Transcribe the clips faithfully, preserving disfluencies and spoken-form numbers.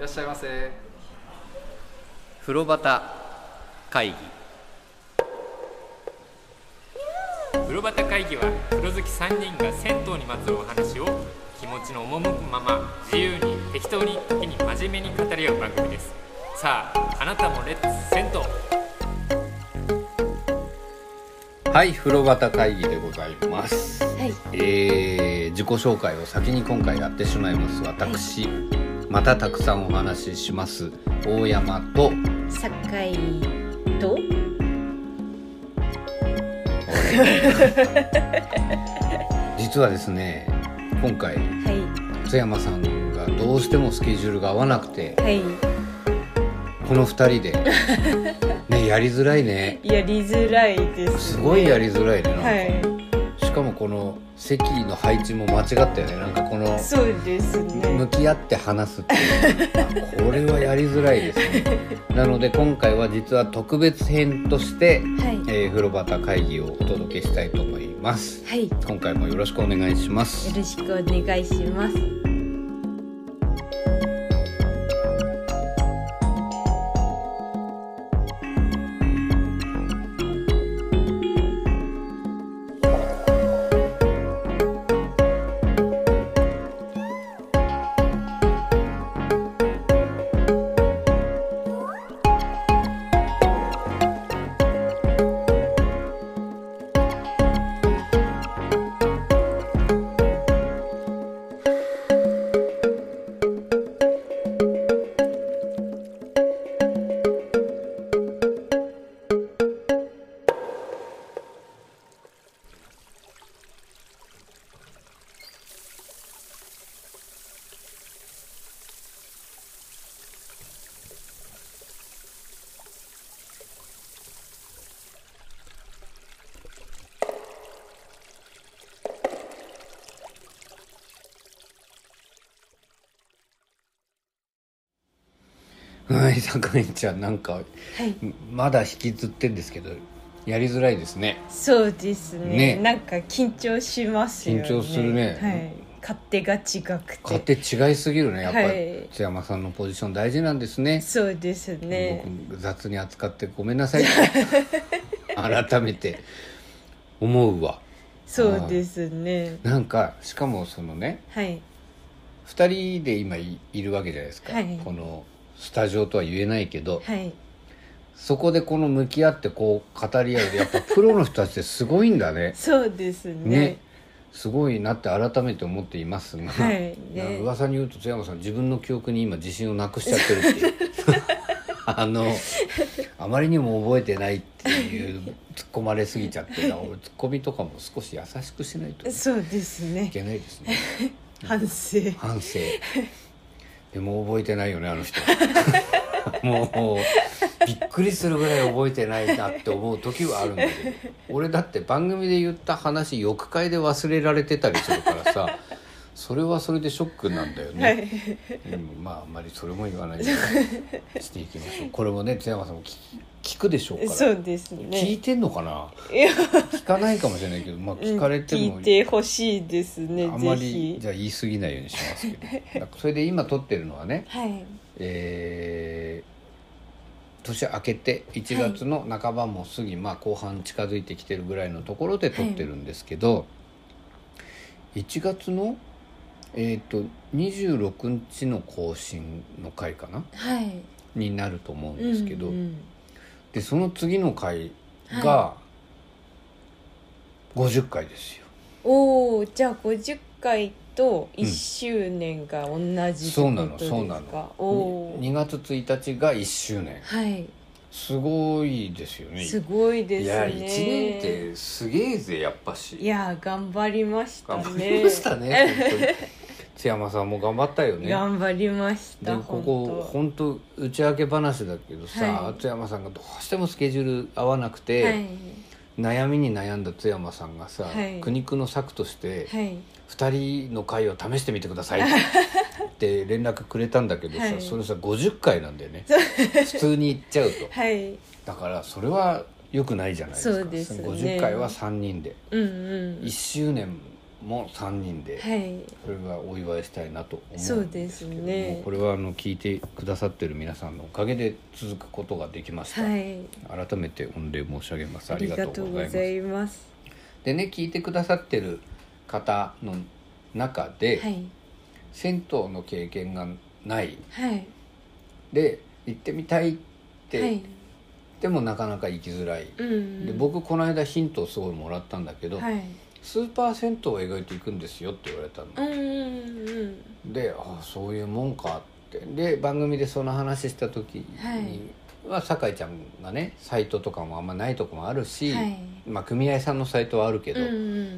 らっしゃいませ。 風呂端会議。 風呂端会議は風呂好きさんにんが銭湯にまつわるお話を気持ちの赴くまま自由に適当に時に真面目に語り合う番組です。さあ、あなたもレッツ銭湯。 はい、風呂端会議でございます、 はい。 えー、自己紹介を先に今回やってしまいます。私、はい、またたくさんお話しします大山と酒井と実はですね、今回、 はい、 津山さんがどうしてもスケジュールが合わなくて、 はい、 このふたりでね、やりづらいね。 やりづらいです、ね、 すごいやりづらいね。なんか、 はい、 しかもこの席の配置も間違ったよね。なんかこのそうですね、 向き合って話すっていうこれはやりづらいですね。なので今回は実は特別編として、はい、えー、風呂端会議をお届けしたいと思います、はい、今回もよろしくお願いします。 よろしくお願いします。 はい、坂井ちゃん、なんか、はい、まだ引きずってんですけどやりづらいですね。 そうですね、ね、なんか緊張しますよね。 緊張するね、 はい、勝手が違くて勝手違いすぎるね。やっぱり、はい、津山さんのポジション大事なんですね。 そうですね。 僕雑に扱ってごめんなさい改めて思うわ。 そうですね。 なんかしかもそのね、 はい、 ふたりで今 い, いるわけじゃないですか、はい、このスタジオとは言えないけど、はい、そこでこの向き合ってこう語り合う。やっぱプロの人たちってすごいんだね。 そうです ね, ね、すごいなって改めて思っていますが、 はい、ね、 噂に言うと津山さん自分の記憶に今自信をなくしちゃってるっていうあのあまりにも覚えてないっていう突っ込まれすぎちゃって俺突っ込みとかも少し優しくしないと、ね、 そうですね、 いけないですね反省反省でも覚えてないよね、あの人もうびっくりするぐらい覚えてないなって思う時はあるんだけど俺だって番組で言った話翌回で忘れられてたりするからさそれはそれでショックなんだよね、はい、うん、まああんまりそれも言わないでしていきましょう。これもね津山さんも 聞, 聞くでしょうから。 そうですね。 聞いてんのかな。聞かないかもしれないけど、まあ、聞かれても、 聞いてほしいですね。 あんまりじゃあ言い過ぎないようにしますけどそれで今撮ってるのはね、はい、えー、年明けていちがつの半ばも過ぎ、はい、まあ、後半近づいてきてるぐらいのところで撮ってるんですけど、はい、いちがつのえー、とにじゅうろくにちの更新の回かな、はい、になると思うんですけど、うんうん、でその次の回がごじゅっかいですよ、 はい、おー、じゃあごじゅっかいといっしゅうねんが同じってことですか。そうなのそうなの。おにがつついたちがいっしゅうねん、はい、すごいですよね。 すごいですね。 いやいちねんってすげえぜ、やっぱし。 いや頑張りましたね。 頑張りましたね本当に津山さんも頑張ったよね。 頑張りました。 でここ本当打ち明け話だけどさ、はい、津山さんがどうしてもスケジュール合わなくて、はい、悩みに悩んだ津山さんがさ、はい、苦肉の策として、はい、ふたりの会を試してみてくださいって連絡くれたんだけどさ、はい、それさごじゅっかいなんだよね普通に言っちゃうと、はい、だからそれは良くないじゃないですか。 そうですね、 ごじゅっかいはさんにんで、うんうん、いっしゅうねんもさんにんで、はい、それはお祝いしたいなと思うんですけども、そうですね、これはあの聞いてくださってる皆さんのおかげで続くことができました、はい、改めて御礼申し上げます。ありがとうございます。でね、聞いてくださってる方の中で、はい、銭湯の経験がない、はい、で行ってみたいって、はい、でもなかなか行きづらい、うんうん、で僕この間ヒントをすごいもらったんだけど、はい、スーパー銭湯を描いていくんですよって言われたの、うんうんうん、でああそういうもんかって。で番組でその話した時には、はい、酒井ちゃんがねサイトとかもあんまないとこもあるし、はい、まあ組合さんのサイトはあるけど、うんうん、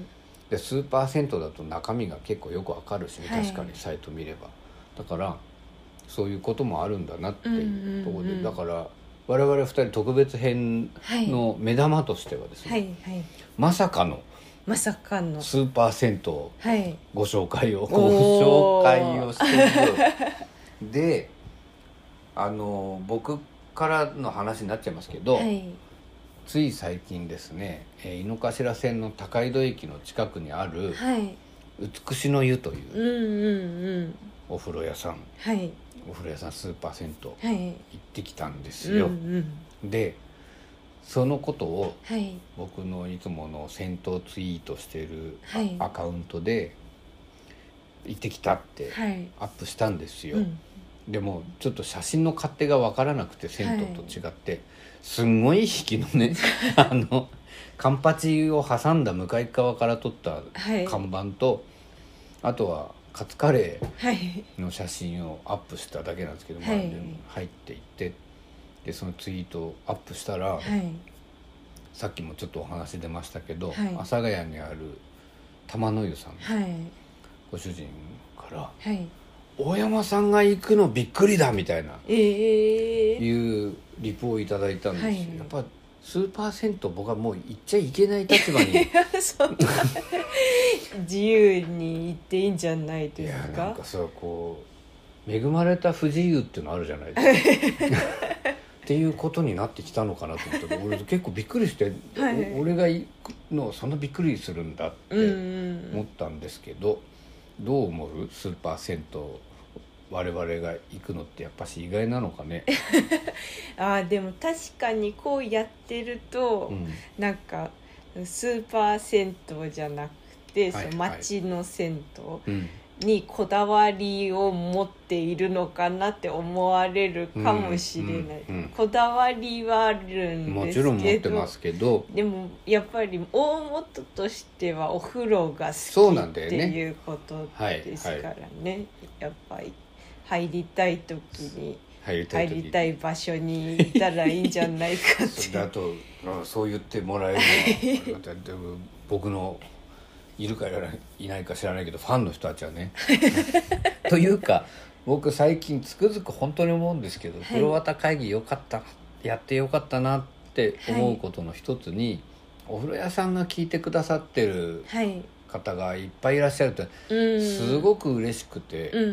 でスーパー銭湯だと中身が結構よくわかるし、ね、確かにサイト見れば、だからそういうこともあるんだなっていうところで、うんうんうん、だから我々ふたり特別編の目玉としてはですね、はいはいはい、まさかのまさかのスーパー銭湯ご紹介を、はい、ご紹介をしているで、あの僕からの話になっちゃいますけど、はい、つい最近ですね、えー、井の頭線の高井戸駅の近くにある、はい、美しの湯という、うんうんうん、お風呂屋さん、はい、お風呂屋さんスーパー銭湯、はい、行ってきたんですよ、うんうん、でそのことを、はい、僕のいつもの銭湯ツイートしている、はい、アカウントで行ってきたってアップしたんですよ、はい、うん、でもちょっと写真の勝手が分からなくて銭湯と違って、はい、すんごい引きのねあのカンパチを挟んだ向かい側から撮った看板と、はい、あとはカツカレーの写真をアップしただけなんですけど、はい、まあ、で入っていってでそのツイートをアップしたら、はい、さっきもちょっとお話出ましたけど、はい、阿佐ヶ谷にある玉の湯さん、はい、ご主人から、はい、大山さんが行くのびっくりだみたいな、えー、いうリプをいただいたんですよ、はい、やっぱスーパー銭湯僕はもう行っちゃいけない立場にそんな自由に行っていいんじゃないですか。 いやなんかさこう恵まれた不自由っていうのあるじゃないですかっていうことになってきたのかなと思ったら俺結構びっくりして、はい、俺が行くのそんなびっくりするんだって思ったんですけど、どう思う？スーパー銭湯我々が行くのってやっぱし意外なのかねあでも確かにこうやってると、うん、なんかスーパー銭湯じゃなくて、はい、その街の銭湯、うんにこだわりを持っているのかなって思われるかもしれない、うんうんうん、こだわりはあるんですけど、 もちろん持ってますけど、 でもやっぱり大元としてはお風呂が好きっていうことですからね、はいはい、やっぱり入りたい時に入りたい時に入りたい場所にいたらいいんじゃないかってあとそう言ってもらえるのはでも僕のいるかいないか知らないけどファンの人たちはねというか僕最近つくづく本当に思うんですけど、はい、風呂旗会議よかったやってよかったなって思うことの一つに、はい、お風呂屋さんが聞いてくださってる方がいっぱいいらっしゃるって、はい、すごく嬉しくて、うんうん、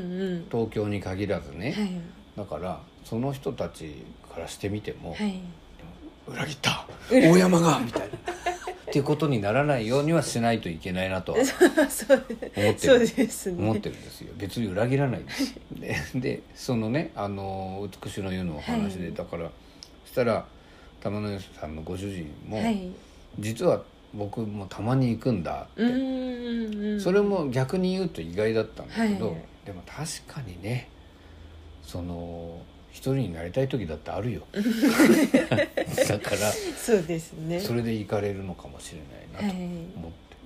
東京に限らずね、はい、だからその人たちからしてみても、はい、裏切った大山がみたいなっていうことにならないようにはしないといけないなとは思ってる、ね、思ってるんですよ。別に裏切らないですで, でそのねあの美しの湯のお話で、はい、だからそしたら玉野湯さんのご主人も、はい、実は僕もたまに行くんだって、うんそれも逆に言うと意外だったんだけど、はい、でも確かにねその一人になりたい時だってあるよだからそうですね、 それで行かれるのかもしれないなと思って、はい、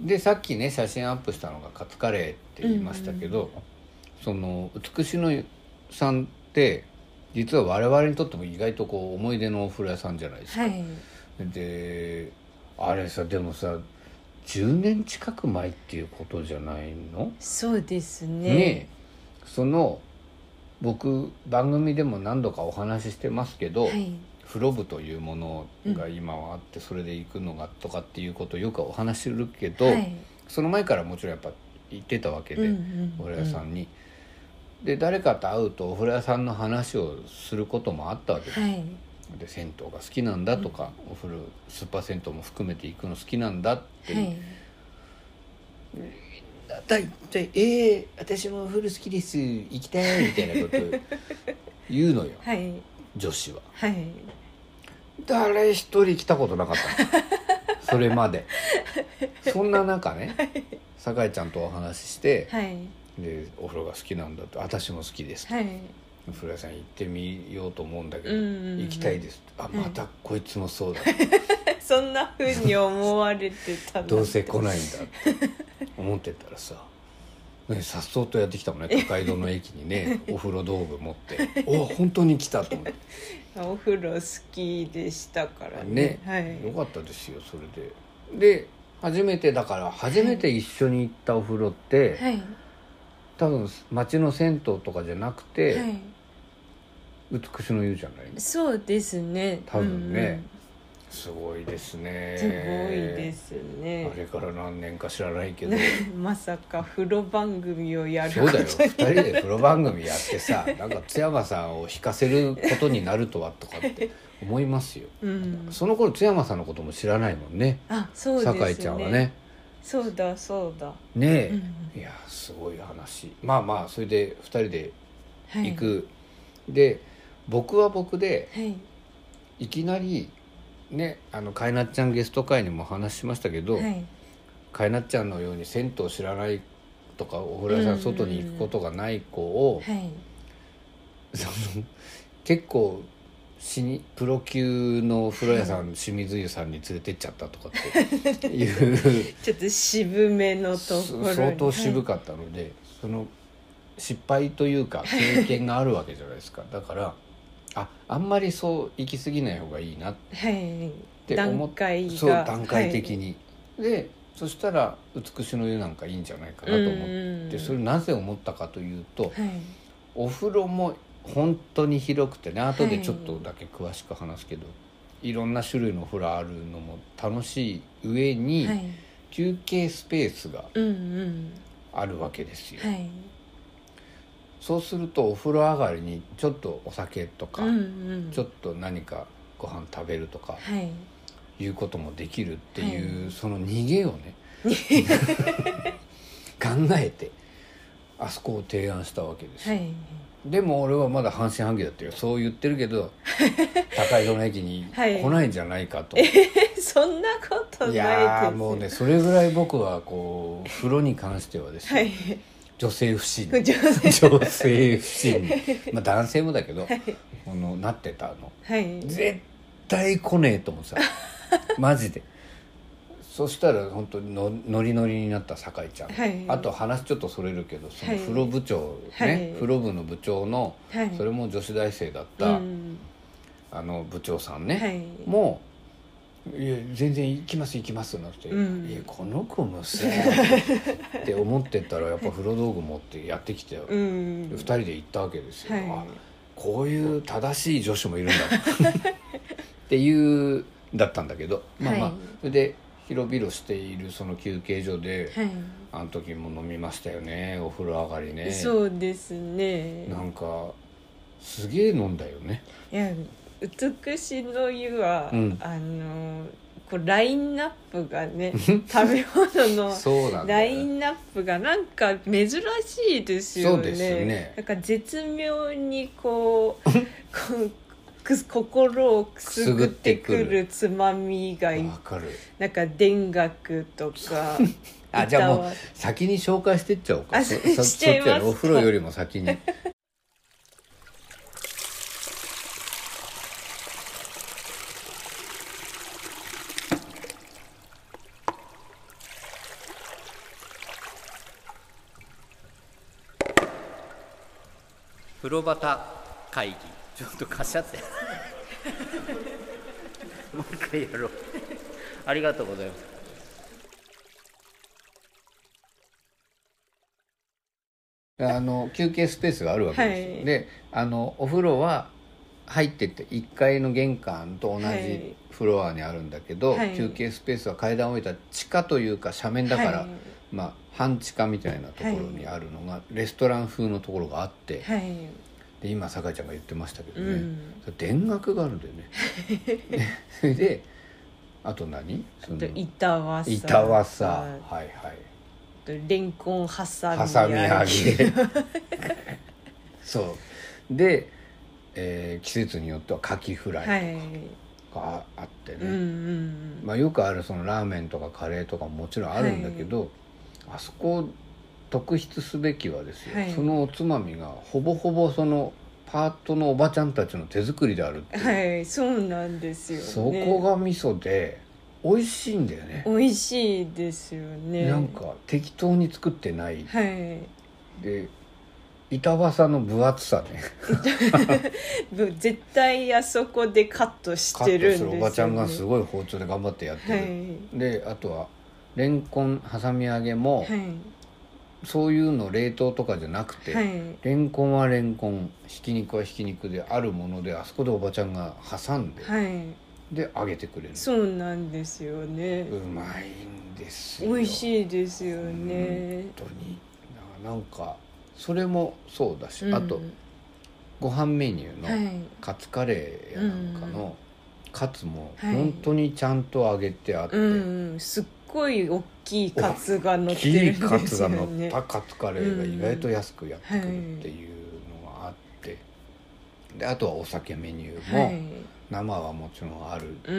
でさっきね写真アップしたのがカツカレーって言いましたけど、うんうん、その美しのさんって実は我々にとっても意外とこう思い出のお風呂屋さんじゃないですか、はい、であれさでもさじゅうねん近く前っていうことじゃないの？ そうですね。 ねその僕番組でも何度かお話ししてますけど、はい、風呂部というものが今はあって、うん、それで行くのがとかっていうことをよくお話しするけど、はい、その前からもちろんやっぱ行ってたわけで、うんうんうん、お風呂屋さんにで誰かと会うとお風呂屋さんの話をすることもあったわけです、はい、で銭湯が好きなんだとか、うん、お風呂スーパー銭湯も含めて行くの好きなんだって、はい、 だいたいえー、私もお風呂好きです行きたいみたいなこと言うのよ、 はい、 女子は、 はい、 誰一人来たことなかったのそれまでそんな中ね、はい、酒井ちゃんとお話しして、はい、でお風呂が好きなんだと、私も好きですと、はい、お風呂屋さん行ってみようと思うんだけど、うんうんうん、行きたいですと、あ、またこいつもそうだ、はい、 そんな風に思われてたんだどうせ来ないんだって思ってたらさ、ね、さっそうとやってきたもんね、高井戸の駅にねお風呂道具持ってお本当に来たと思ってお風呂好きでしたからね、 ね、はい、よかったですよそれで。で初めてだから初めて一緒に行ったお風呂って、はい、多分町の銭湯とかじゃなくて、はい、美しの湯じゃない？ そうですね、 多分ね、うんうん、すごいですね。 すごいですね。 あれから何年か知らないけどまさか風呂番組をやることに。そうだよ、ふたりで風呂番組やってさなんか津山さんを引かせることになるとはとかって思いますよ、うん、その頃津山さんのことも知らないもんね。 あ、そうですね、 酒井ちゃんはね。 そうだそうだねえ、うん、いやすごい話。まあまあそれでふたりで行く、はい、で僕は僕で、はい、いきなりね、あのかいなっちゃんゲスト会にも話しましたけど、はい、かいなっちゃんのように銭湯知らないとかお風呂屋さん外に行くことがない子を、はい、その結構死にプロ級の風呂屋さん、はい、清水湯さんに連れてっちゃったとかっていうちょっと渋めのところに相当渋かったので、はい、その失敗というか経験があるわけじゃないですか。だからあ, あんまりそう行き過ぎない方がいいなって思って、はい、そう段階的に、はい、でそしたら美しの湯なんかいいんじゃないかなと思って、それなぜ思ったかというと、はい、お風呂も本当に広くてね、後でちょっとだけ詳しく話すけど、はい、いろんな種類のお風呂あるのも楽しい上に、はい、休憩スペースがあるわけですよ、はい、そうするとお風呂上がりにちょっとお酒とか、うんうん、ちょっと何かご飯食べるとか、はい、いうこともできるっていう、はい、その逃げをね考えてあそこを提案したわけです、はい、でも俺はまだ半信半疑だったよ。そう言ってるけど高井戸の駅に来ないんじゃないかと、はい、 えー、そんなことないです。いやもうね、それぐらい僕はこう風呂に関してはですね、はい、女性不信女性不信まあ男性もだけど、はい、このなってたの、はい、絶対来ねえと思うさマジで。そしたら本当にのノリノリになった酒井ちゃん、はい、あと話ちょっとそれるけどその風呂部長ね、はい、風呂部の部長の、はい、それも女子大生だった、うん、あの部長さんね、はい、もういや全然行きます行きますなって、うん、いやこの子もさって思ってたらやっぱ風呂道具持ってやってきて、うん、ふたりで行ったわけですよ、はい、あこういう正しい女子もいるんだっていうだったんだけど、まあまあ、はい、それで広々しているその休憩所で、はい、あの時も飲みましたよね、お風呂上がりね。 そうですね、 なんかすげえ飲んだよね。 いや美しの湯は、うん、あのこうラインナップがね食べ物のラインナップがなんか珍しいですよね。そうですね。なんか絶妙にこうこう心をくすぐってくるつまみがいかる。なんか田楽とかあじゃあもう先に紹介してっちゃおうか。 あそしちゃいますか。 お風呂よりも先に風呂端会議ちょっと貸しちゃってもう一回やろうありがとうございます。 あの休憩スペースがあるわけですよ、はい、であのお風呂は入ってっていっかいの玄関と同じフロアにあるんだけど、はい、休憩スペースは階段を降りた地下というか斜面だから、はい、まあ半地下みたいなところにあるのが、はい、レストラン風のところがあって、はい、で今酒井ちゃんが言ってましたけどね、うん、田楽があるんだよねそれであと何その板わさ板わさはいはいとレンコンハサミ揚げハサミ揚げそうで、えー、季節によってはカキフライとかがあってね、はい、うんうん、まあ、よくあるそのラーメンとかカレーとかももちろんあるんだけど、はい、あそこ特筆すべきはですよ、はい、そのおつまみがほぼほぼそのパートのおばちゃんたちの手作りであるっていう、 はい、そうなんですよね。 そこが味噌で美味しいんだよね。 美味しいですよね。 なんか適当に作ってない、 はい、 で板わさの分厚さね絶対あそこでカットしてるんですよね。 カットするおばちゃんがすごい包丁で頑張ってやってる、はい、であとはレンコンハサミ揚げも、はい、そういうの冷凍とかじゃなくて、はい、レンコンはレンコン、ひき肉はひき肉であるもので、あそこでおばちゃんが挟んで、はい、で揚げてくれる。 そうなんですよね。 うまいんですよ。 美味しいですよね。 本当になんかそれもそうだし、うん、あとご飯メニューのカツカレーやなんかのカツも本当にちゃんと揚げてあって、はいうんうん、すっごい大きいカツが乗ってるんですよね。大きいカツが乗ったカツカレーが意外と安くやってくるっていうのがあって、うんはい、であとはお酒メニューも、はい、生はもちろんある、うんうん、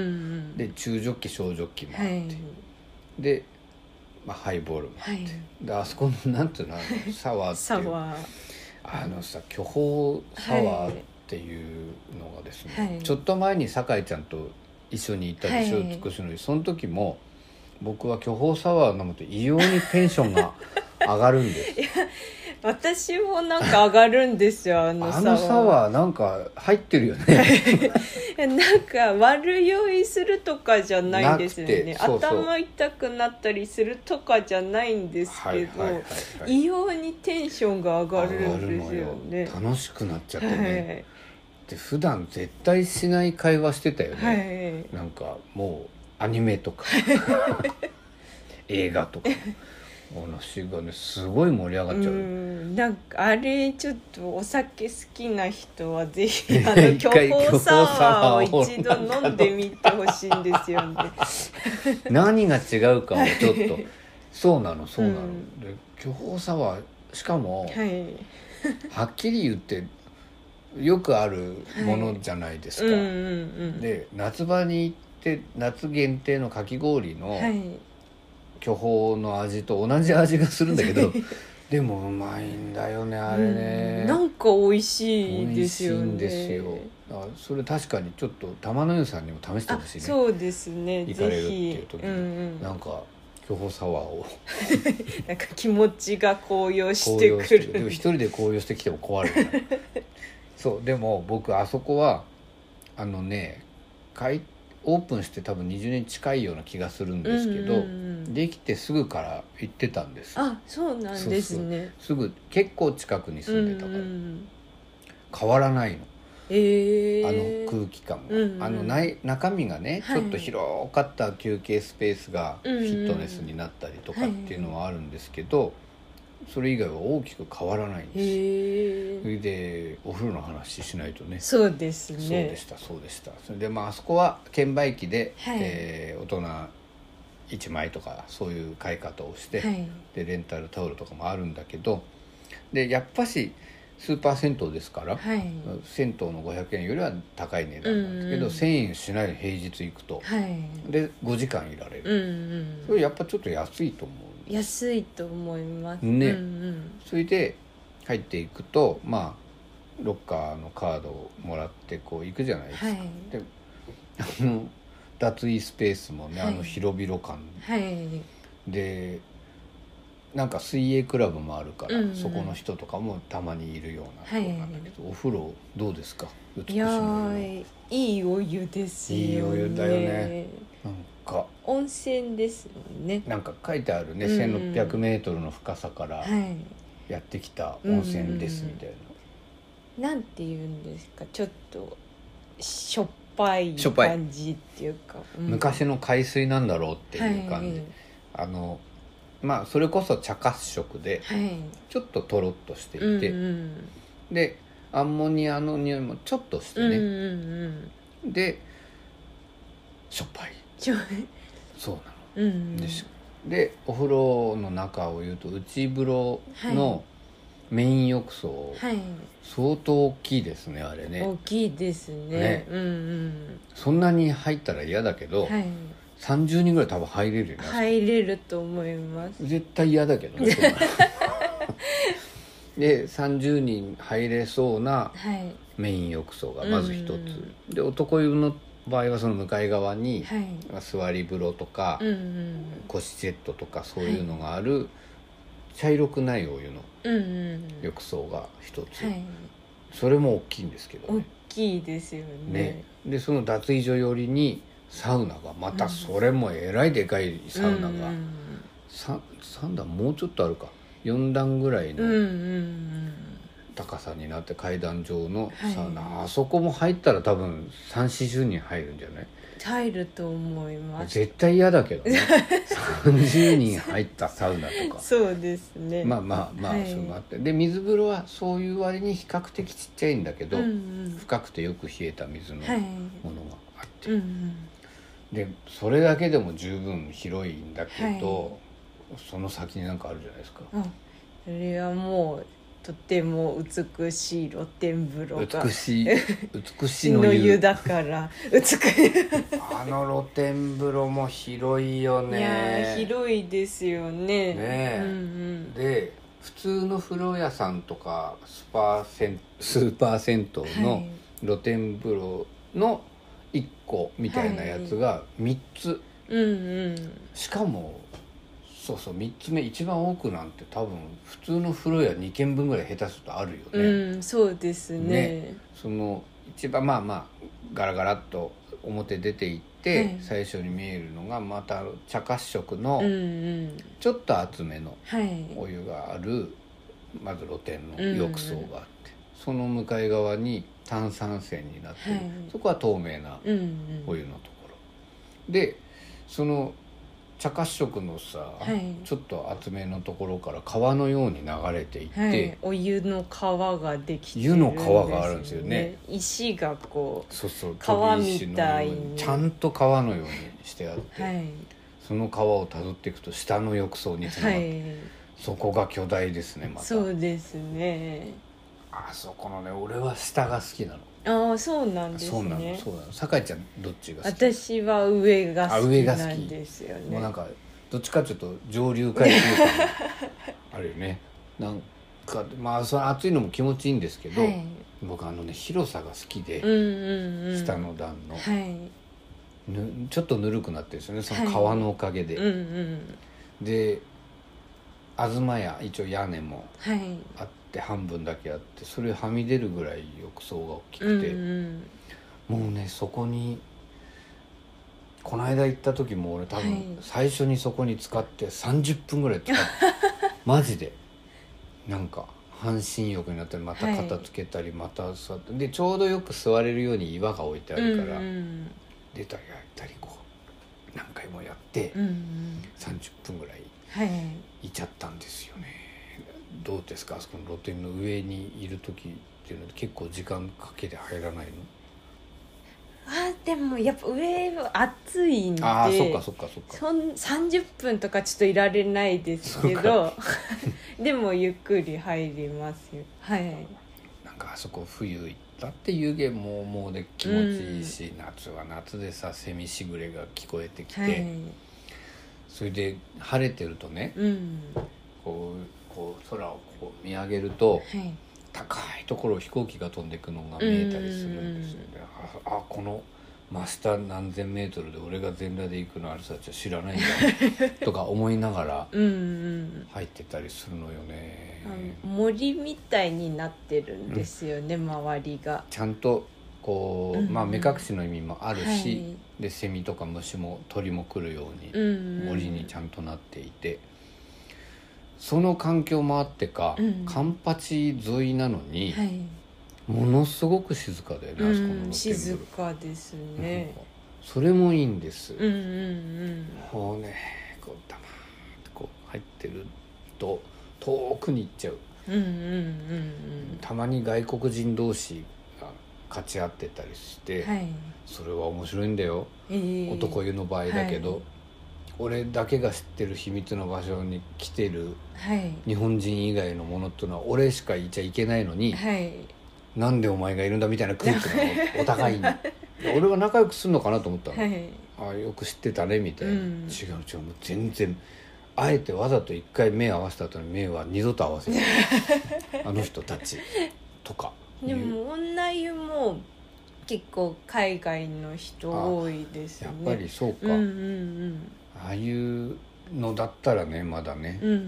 で中ジョッキ小ジョッキもあって、はい、で、まあ、ハイボールもあって、はい、であそこのなんていうのサワーっていうサワーあのさ巨峰サワーっていうのがですね、はい、ちょっと前に酒井ちゃんと一緒に行ったでしょ、はい、つくしのり。その時も僕は巨峰サワー飲むと異様にテンションが上がるんですいや私もなんか上がるんですよあのサワー。 あのサワーなんか入ってるよねなんか悪酔いするとかじゃないんですよね。そうそう頭痛くなったりするとかじゃないんですけど、はいはいはいはい、異様にテンションが上がるんですよね。 楽しくなっちゃってね、はい、で普段絶対しない会話してたよね、はい、なんかもうアニメとか映画とか話がねすごい盛り上がっちゃう。うんなんかあれちょっとお酒好きな人はぜひあの巨峰サワーを一度飲んでみてほしいんですよね何が違うかをちょっとそうなのそうなの、うん、で巨峰サワーしかも、はい、はっきり言ってよくあるものじゃないですか、はいうんうんうん、で夏場に行って夏限定のかき氷の、はい巨峰の味と同じ味がするんだけどでもうまいんだよねあれね、 うん、なんか美味しいですよね。美味しいんですよ。 だからそれ確かにちょっと玉の湯さんにも試してほしいね。 そうですね行かれるっていう時に、うんうん、なんか巨峰サワーをなんか気持ちが高揚してくる。 でも一人で高揚してきても壊れないそうでも僕あそこはあのね開オープンして多分にじゅうねん近いような気がするんですけど、うんうんうん、できてすぐから行ってたんです。 あ、そうなんですね。 そうそうすぐ結構近くに住んでたから、うんうん、変わらないの、 えー、 あの空気感も、うんうん、あのない中身がね、はい、ちょっと広かった休憩スペースがフィットネスになったりとかっていうのはあるんですけど、はいはい、それ以外は大きく変わらないんです。へそれでお風呂の話しないとね。 そうですね。そうでしたそうでした。それでまああそこは券売機で、はいえー、大人いちまいとかそういう買い方をして、はい、でレンタルタオルとかもあるんだけど、でやっぱしスーパー銭湯ですから、はい、銭湯のごひゃくえんよりは高い値段なんですけど、うんうん、せんえんしないで平日行くと、はい、でごじかんいられる、うんうん、それやっぱちょっと安いと思う。 安いと思いますね、 うんうん、 それで入っていくとまあロッカーのカードをもらってこう行くじゃないですか、はい、であの脱衣スペースもね、はい、あの広々感、はい、でなんか水泳クラブもあるから、うんうん、そこの人とかもたまにいるようなところなんだけど、はい、お風呂どうですか？美しいのいやいいお湯ですよね。 いいお湯だよね。なんか温泉ですもんね。 なんか書いてあるね、うん、せんろっぴゃくメートルの深さからやってきた温泉ですみたいな、 うんうん、なんて言うんですか、ちょっとしょっぱい感じっていうか、 うん、昔の海水なんだろうっていう感じ、はい、あのまあそれこそ茶褐色でちょっととろっとしていて、はいうんうん、でアンモニアの匂いもちょっとしてね、うんうんうん、でしょっぱいそうなの、うんうん、ででお風呂の中を言うと内風呂のメイン浴槽、はい、相当大きいですねあれね。 大きいです ね, ね、うんうん、 そんなに入ったら嫌だけど、はい、さんじゅうにんぐらい多分入れるよね。 入れると思います。 絶対嫌だけどねでさんじゅうにん入れそうなメイン浴槽がまず一つ、はい、で男湯の場合はその向かい側に、はい、座り風呂とか、うんうん、腰ジェットとかそういうのがある、はい、茶色くないお湯の浴槽が一つ、はい、それも大きいんですけどね。 大きいですよ ね, ねでその脱衣所寄りにサウナがまたそれもえらいでかいサウナが、うんうん、ささん段もうちょっとあるかよん段ぐらいの高さになって階段状のサウナ、はい、あそこも入ったら多分さんじゅう、よんじゅうにん入るんじゃない？ 入ると思います。 絶対嫌だけどねさんじゅうにん入ったサウナとかそうですね。 まあまあまあ、はい、そうなってで水風呂はそういう割に比較的ちっちゃいんだけど、うんうん、深くてよく冷えた水のものがあって、はい、うんうん、でそれだけでも十分広いんだけど、はい、その先になんかあるじゃないですか。 うん、それはもうとても美しい露天風呂が美しい美しいの湯, の湯だから美しいあの露天風呂も広いよね。 いや広いですよ ね, ね、うんうん、で普通の風呂屋さんとかスパセンスーパー銭湯の露天風呂のいっこみたいなやつがみっつ、はい、うんうん、しかもそうそうみっつめ一番奥なんて多分普通の風呂屋にけんぶんぐらい下手するとあるよね。 うん、そうです ね, ねその一番まあまあガラガラっと表出ていって、はい、最初に見えるのがまた茶褐色のちょっと厚めのお湯がある、まず露天の浴槽があって、うんうん、その向かい側に炭酸泉になってる、はい、そこは透明なお湯のところ、うんうん、でその茶褐色のさ、はい、ちょっと厚めのところから川のように流れていって、はい、 お湯の川ができてるんですよね。 湯の川があるんですよね。 石がこうそうそう川みたいにちゃんと川のようにしてあって、はい、その川をたどっていくと下の浴槽につながって、はい、そこが巨大ですね。またそうですね。 あそこのね俺は下が好きなの。 ああそうなんですね。 そうなのそうなの。酒井ちゃんどっちが好き？ 私は上が好きなんですよね。 もうなんかどっちかちょっと上流階級感あるよね。なんかまあその暑いのも気持ちいいんですけど、はい、僕あのね広さが好きで、うんうんうん、下の段の、はい、ぬちょっとぬるくなってるんですよねその川のおかげで、はい、うんうん、で東屋一応屋根もあって、はい、半分だけあってそれはみ出るぐらい浴槽が大きくて、うんうん、もうねそこにこの間行った時も俺多分最初にそこに使ってさんじゅっぷんぐらい使ってマジでなんか半身浴になったりまた肩つけたりまた座ってでちょうどよく座れるように岩が置いてあるから、うんうん、出たり入ったりこう何回もやって、うんうん、さんじゅっぷんぐらいいちゃったんですよね。どうですかあそこの露天の上にいる時っていうのは結構時間かけて入らないの？ あでもやっぱ上は暑いんであそっかそっかそっかそんさんじゅっぷんとかちょっといられないですけどでもゆっくり入りますよ。はい。 なんかあそこ冬行ったって湯気ももうで気持ちいいし、うん、夏は夏でさセミしぐれが聞こえてきて、はい、それで晴れてるとね、うん、こうこう空をこう見上げると、はい、高いところを飛行機が飛んでいくのが見えたりするんですよね。ああこの真下何千メートルで俺が全裸で行くのある人たちは知らないんだとか思いながら入ってたりするのよね。 森みたいになってるんですよね、うん、周りがちゃんとこう、うん、まあ目隠しの意味もあるし、はい、でセミとか虫も鳥も来るように森にちゃんとなっていて、その環境もあってか、うん、カンパチ沿いなのに、はい、ものすごく静かだよね、うん、あそこの露天風呂。 静かですね。 それもいいんです。 うんうんうん。 こうね、こう黙ってこう入ってると遠くに行っちゃう。うんうんうんうん。たまに外国人同士が勝ち合ってたりして、はい、それは面白いんだよ。えー、男湯の場合だけど、はい、 俺だけが知ってる秘密の場所に来てる日本人以外のものっていうのは俺しかいちゃいけないのに、はい、なんでお前がいるんだみたいな空気がお互いに俺は仲良くするのかなと思ったの、はい、あよく知ってたねみたいな、うん、違う違うもう全然あえてわざと一回目合わせた後に目は二度と合わせないあの人たちとか。 でも女湯も結構海外の人多いですね。 やっぱりそうか、うんうんうん、ああいうのだったらねまだね、うんうん、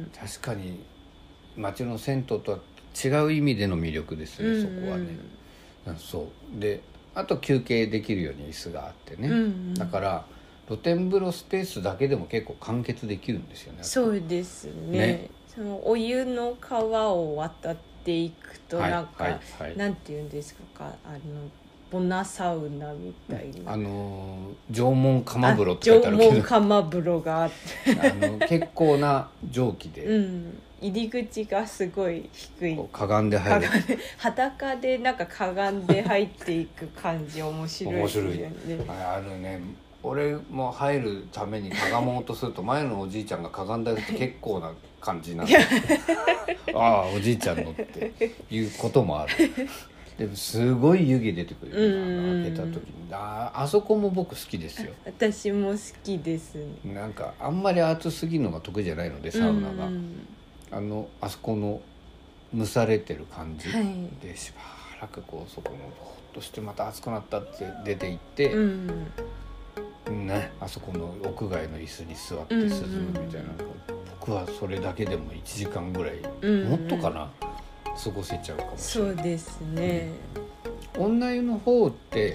確かに町の銭湯とは違う意味での魅力ですね、うんうん、そこはね。そうであと休憩できるように椅子があってね、うんうん、だから露天風呂スペースだけでも結構完結できるんですよね。 そうです ね, ねそのお湯の川を渡っていくとなんか、はいはいはい、なんていうんですかあのボナサウナみたいな、 あの縄文釜風呂って書いてあるけど、 縄文釜風呂があってあの結構な蒸気で、 うん、入り口がすごい低い、 かがんで入る裸でなんかかがんで入っていく感じ面白いですよね。 面白いあるね。俺も入るためにかがもうとすると前のおじいちゃんがかがんだりと結構な感じになってああおじいちゃんのっていうこともある。でもすごい湯気出てくるよ、うん、開けた時に あ, あそこも僕好きですよ。 私も好きです、 ね、なんかあんまり暑すぎるのが得意じゃないのでサウナが、うん、あのあそこの蒸されてる感じでしばらくこうそこのほっとしてまた暑くなったって出て行って、うんね、あそこの屋外の椅子に座って涼むみたいな、うんうん、僕はそれだけでもいちじかんぐらい、うんうん、もっとかな過ごせちゃうかもしれない。 そうですね、 うん、女湯の方って、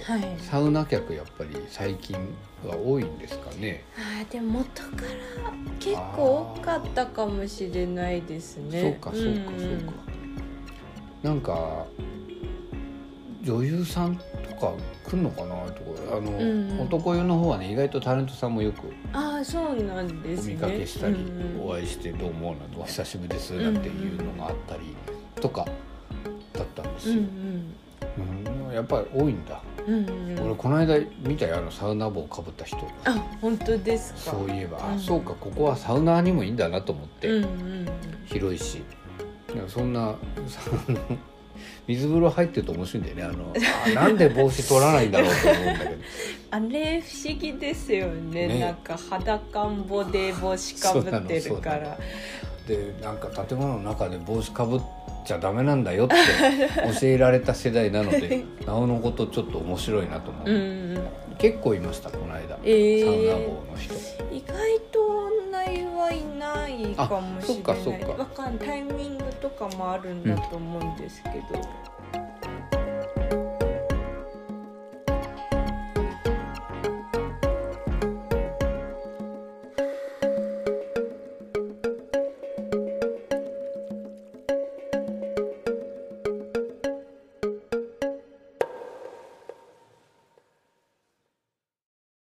はい、サウナ客やっぱり最近は多いんですかね。 あでも元から結構多かったかもしれないですね。 そうかそうかそうか、うん、なんか女優さんとか来るのかなとかあの、うんうん、男湯の方はね意外とタレントさんもよくあそうなんです、ね、 お見かけしたり、うんうん、お会いしてどうもなんてお久しぶりですなんていうのがあったりとかだったんですよ、うんうんうん、やっぱり多いんだ、うんうん、俺この間見たよあのサウナ帽かぶった人。 あ本当ですか。 そういえば、うん、あそうかここはサウナーにもいいんだなと思って、うんうん、広いしそんな水風呂入ってると面白いんだよね。あのあなんで帽子取らないんだろうと思うんだけどあれ不思議ですよ ね, ねなんか裸んぼで帽子かぶってるからでなんか建物の中で帽子かぶっちゃダメなんだよって教えられた世代なのでなおのことちょっと面白いなと思う、うん、結構いましたこの間、えー、サウナ帽の人。 意外と女湯はいないかもしれない。わかんタイミングとかもあるんだと思うんですけど、うん